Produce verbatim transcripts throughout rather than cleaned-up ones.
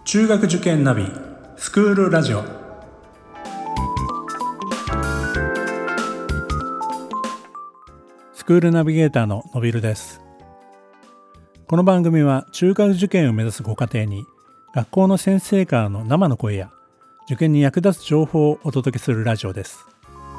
中学受験ナビスクールラジオ。スクールナビゲーターののびるです。この番組は中学受験を目指すご家庭に学校の先生からの生の声や受験に役立つ情報をお届けするラジオです。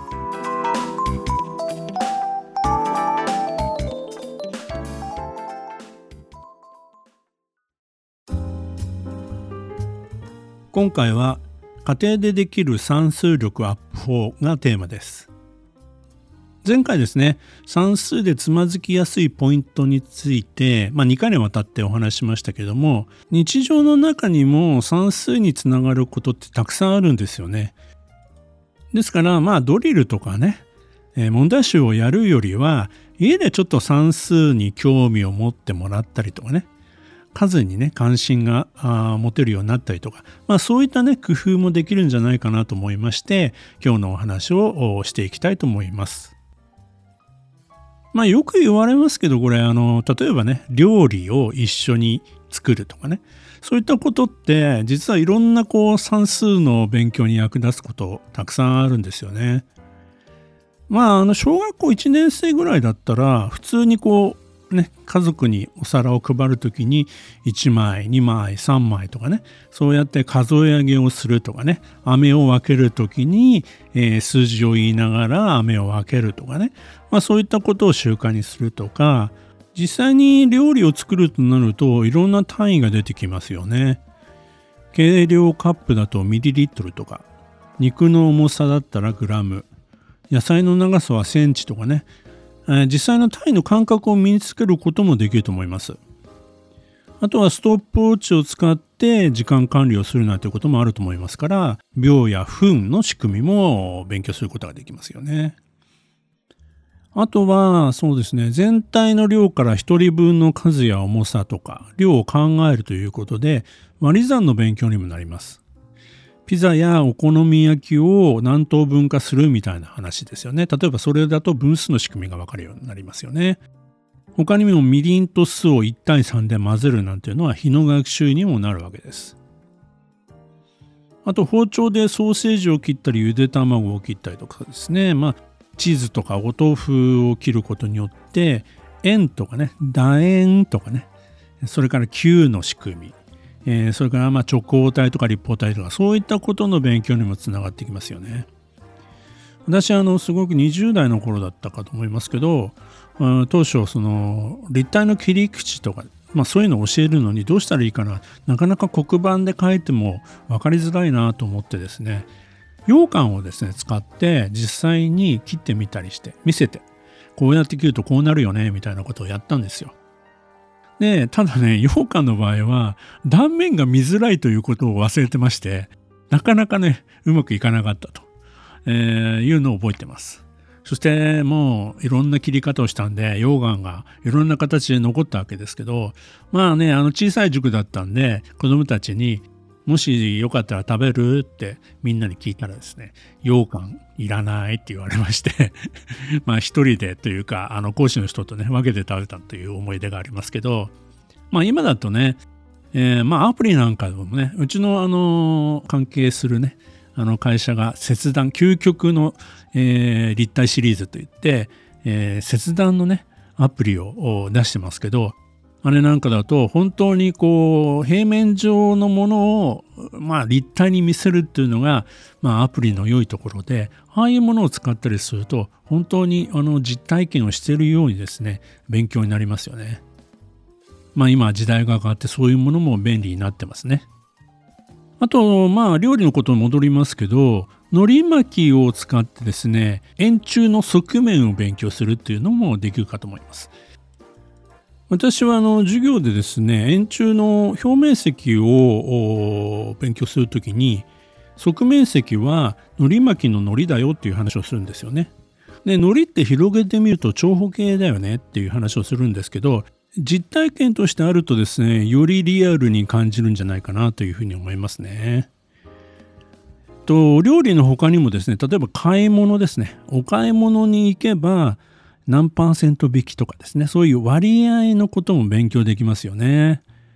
今回は家庭でできる算数力アップ法がテーマです。前回ですね、算数でつまずきやすいポイントについて、まあ、にかいにわたってお話ししましたけども、日常の中にも算数につながることってたくさんあるんですよね。ですからまあドリルとかね、えー、問題集をやるよりは家でちょっと算数に興味を持ってもらったりとかね、数にね関心が持てるようになったりとか、まあ、そういったね工夫もできるんじゃないかなと思いまして、今日のお話をしていきたいと思います。まあよく言われますけど、これあの例えばね料理を一緒に作るとかね、そういったことって実はいろんなこう算数の勉強に役立つことたくさんあるんですよね。まああの小学校いちねん生ぐらいだったら普通にこうね、家族にお皿を配るときにいちまいにまいさんまいとかね、そうやって数え上げをするとかね、飴を分けるときに、えー、数字を言いながら飴を分けるとかね、まあ、そういったことを習慣にするとか、実際に料理を作るとなるといろんな単位が出てきますよね。計量カップだとミリリットルとか、肉の重さだったらグラム、野菜の長さはセンチとかね、実際の単位の感覚を身につけることもできると思います。あとはストップウォッチを使って時間管理をするなんていうこともあると思いますから、秒や分の仕組みも勉強することができますよね。あとはそうですね、全体の量からひとりぶんの数や重さとか量を考えるということで割り算の勉強にもなります。ピザやお好み焼きを何等分化するみたいな話ですよね。例えばそれだと分数の仕組みが分かるようになりますよね。他にもみりんと酢をいちたいさんで混ぜるなんていうのは日の学習にもなるわけです。あと包丁でソーセージを切ったりゆで卵を切ったりとかですね、まあチーズとかお豆腐を切ることによって円とかね、楕円とかね、それから球の仕組み、えー、それからまあ直方体とか立方体とかそういったことの勉強にもつながってきますよね。私はあのすごくにじゅう代の頃だったかと思いますけど、当初その立体の切り口とか、まあ、そういうのを教えるのにどうしたらいいかな、なかなか黒板で書いても分かりづらいなと思ってですね、羊羹をですね使って実際に切ってみたりして見せて、こうやって切るとこうなるよねみたいなことをやったんですよ。でただね、羊羹の場合は断面が見づらいということを忘れてまして、なかなかねうまくいかなかったと、えー、いうのを覚えてます。そしてもういろんな切り方をしたんで羊羹がいろんな形で残ったわけですけど、まあねあの小さい塾だったんで子どもたちにもしよかったら食べるってみんなに聞いたらですね、羊羹いらないって言われましてまあ一人でというかあの講師の人とね分けて食べたという思い出がありますけど、まあ今だとね、えー、まあアプリなんかでもね、うちのあの関係するねあの会社が切断究極の、えー、立体シリーズといって、えー、切断のねアプリを出してますけど、あれなんかだと本当にこう平面上のものをまあ立体に見せるっていうのがまあアプリの良いところで、ああいうものを使ったりすると本当にあの実体験をしているようにですね勉強になりますよね。まあ今時代が変わってそういうものも便利になってますね。あとまあ料理のことに戻りますけど、海苔巻きを使ってですね円柱の側面を勉強するっていうのもできるかと思います。私はあの授業でですね円柱の表面積を勉強するときに側面積は海苔巻きの海苔だよっていう話をするんですよね。で海苔って広げてみると長方形だよねっていう話をするんですけど、実体験としてあるとですねよりリアルに感じるんじゃないかなというふうに思いますね。と料理の他にもですね、例えば買い物ですね、お買い物に行けば何パーセント引きとかですね、そういう割合のことも勉強できますよね。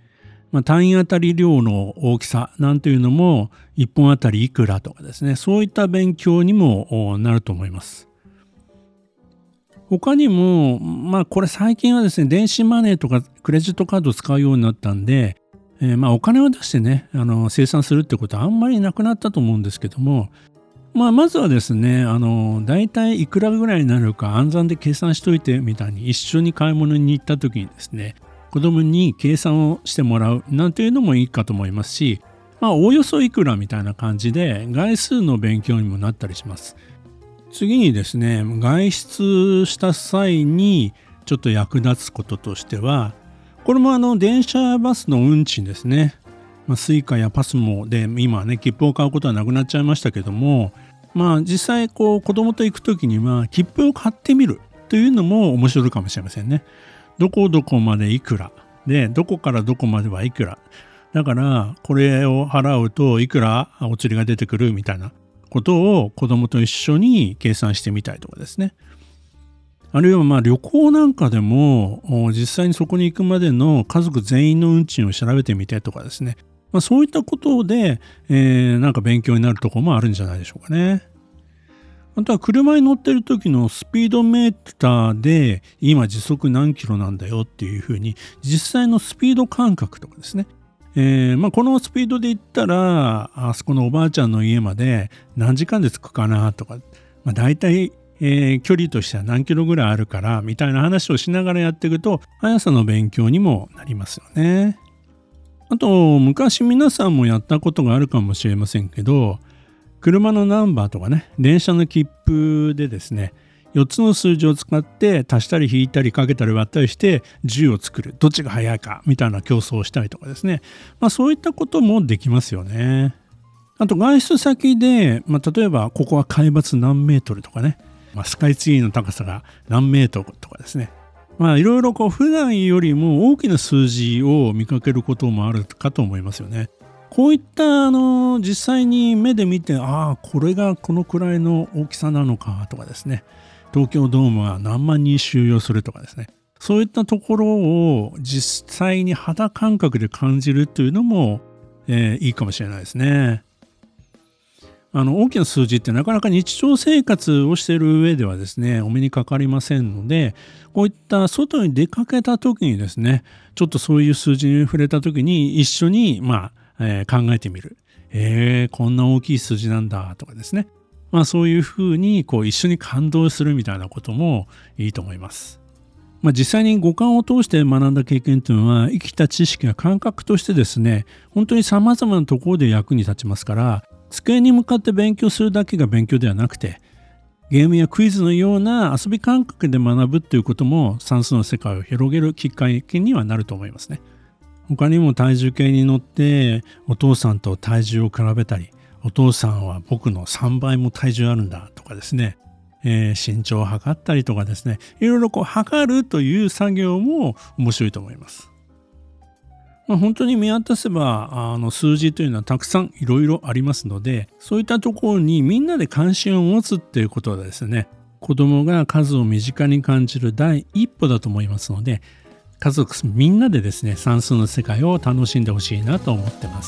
まあ、単位あたり量の大きさなんていうのもいっぽんあたりいくらとかですね、そういった勉強にもなると思います。他にも、まあこれ最近はですね、電子マネーとかクレジットカードを使うようになったんで、えー、まあお金を出してね、あの生産するってことはあんまりなくなったと思うんですけども、まあまずはですね、あの大体いくらぐらいになるか暗算で計算しといてみたいに、一緒に買い物に行った時にですね、子供に計算をしてもらうなんていうのもいいかと思いますし、まあおおよそいくらみたいな感じで概数の勉強にもなったりします。次にですね、外出した際にちょっと役立つこととしては、これもあの電車バスの運賃ですね。まあ、スイカやパスモで今はね、切符を買うことはなくなっちゃいましたけども、まあ実際こう子供と行くときには切符を買ってみるというのも面白いかもしれませんね。どこどこまでいくらで、どこからどこまではいくら。だからこれを払うといくらお釣りが出てくるみたいなことを子供と一緒に計算してみたいとかですね。あるいはまあ旅行なんかでも実際にそこに行くまでの家族全員の運賃を調べてみてとかですね。まあ、そういったことで、えー、なんか勉強になるところもあるんじゃないでしょうかね。あとは車に乗ってる時のスピードメーターで今時速何キロなんだよっていうふうに実際のスピード感覚とかですね。えーまあ、このスピードで行ったらあそこのおばあちゃんの家まで何時間で着くかなとか、まあ、大体、えー、距離としては何キロぐらいあるからみたいな話をしながらやっていくと速さの勉強にもなりますよね。あと昔皆さんもやったことがあるかもしれませんけど、車のナンバーとかね、電車の切符でですね、よっつの数字を使って足したり引いたりかけたり割ったりしてじゅうを作る、どっちが速いかみたいな競争をしたりとかですね、まあ、そういったこともできますよね。あと外出先で、まあ、例えばここは海抜何メートルとかね、まあ、スカイツリーの高さが何メートルとかですね、まあいろいろこう普段よりも大きな数字を見かけることもあるかと思いますよね。こういったあの実際に目で見て、ああこれがこのくらいの大きさなのかとかですね、東京ドームは何万人収容するとかですね、そういったところを実際に肌感覚で感じるというのも、えー、いいかもしれないですね。あの大きな数字ってなかなか日常生活をしている上ではですね、お目にかかりませんので、こういった外に出かけた時にですね、ちょっとそういう数字に触れた時に一緒にまあ、えー、考えてみる。えー、こんな大きい数字なんだとかですね。まあそういうふうにこう一緒に感動するみたいなこともいいと思います。まあ、実際に五感を通して学んだ経験というのは生きた知識や感覚としてですね、本当に様々なところで役に立ちますから、机に向かって勉強するだけが勉強ではなくて、ゲームやクイズのような遊び感覚で学ぶということも算数の世界を広げるきっかけにはなると思いますね。他にも体重計に乗ってお父さんと体重を比べたり、お父さんは僕のさんばいも体重あるんだとかですね、えー、身長を測ったりとかですね、いろいろこう測るという作業も面白いと思います。まあ、本当に見渡せばあの数字というのはたくさんいろいろありますので、そういったところにみんなで関心を持つっていうことはですね、子供が数を身近に感じる第一歩だと思いますので、家族みんなでですね、算数の世界を楽しんでほしいなと思ってます。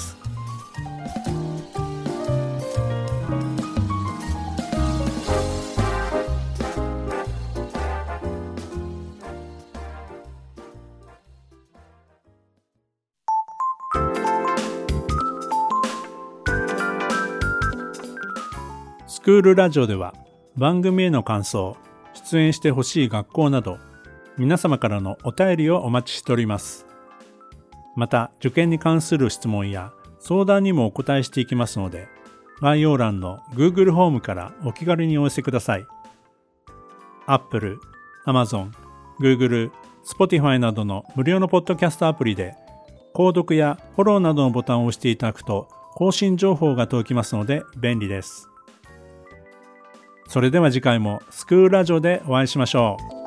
スクールラジオでは番組への感想、出演してほしい学校など皆様からのお便りをお待ちしております。また受験に関する質問や相談にもお答えしていきますので、概要欄の Google フォームからお気軽にお寄せください。Apple、Amazon、Google、Spotify などの無料のポッドキャストアプリで購読やフォローなどのボタンを押していただくと更新情報が届きますので便利です。それでは次回もスクールラジオでお会いしましょう。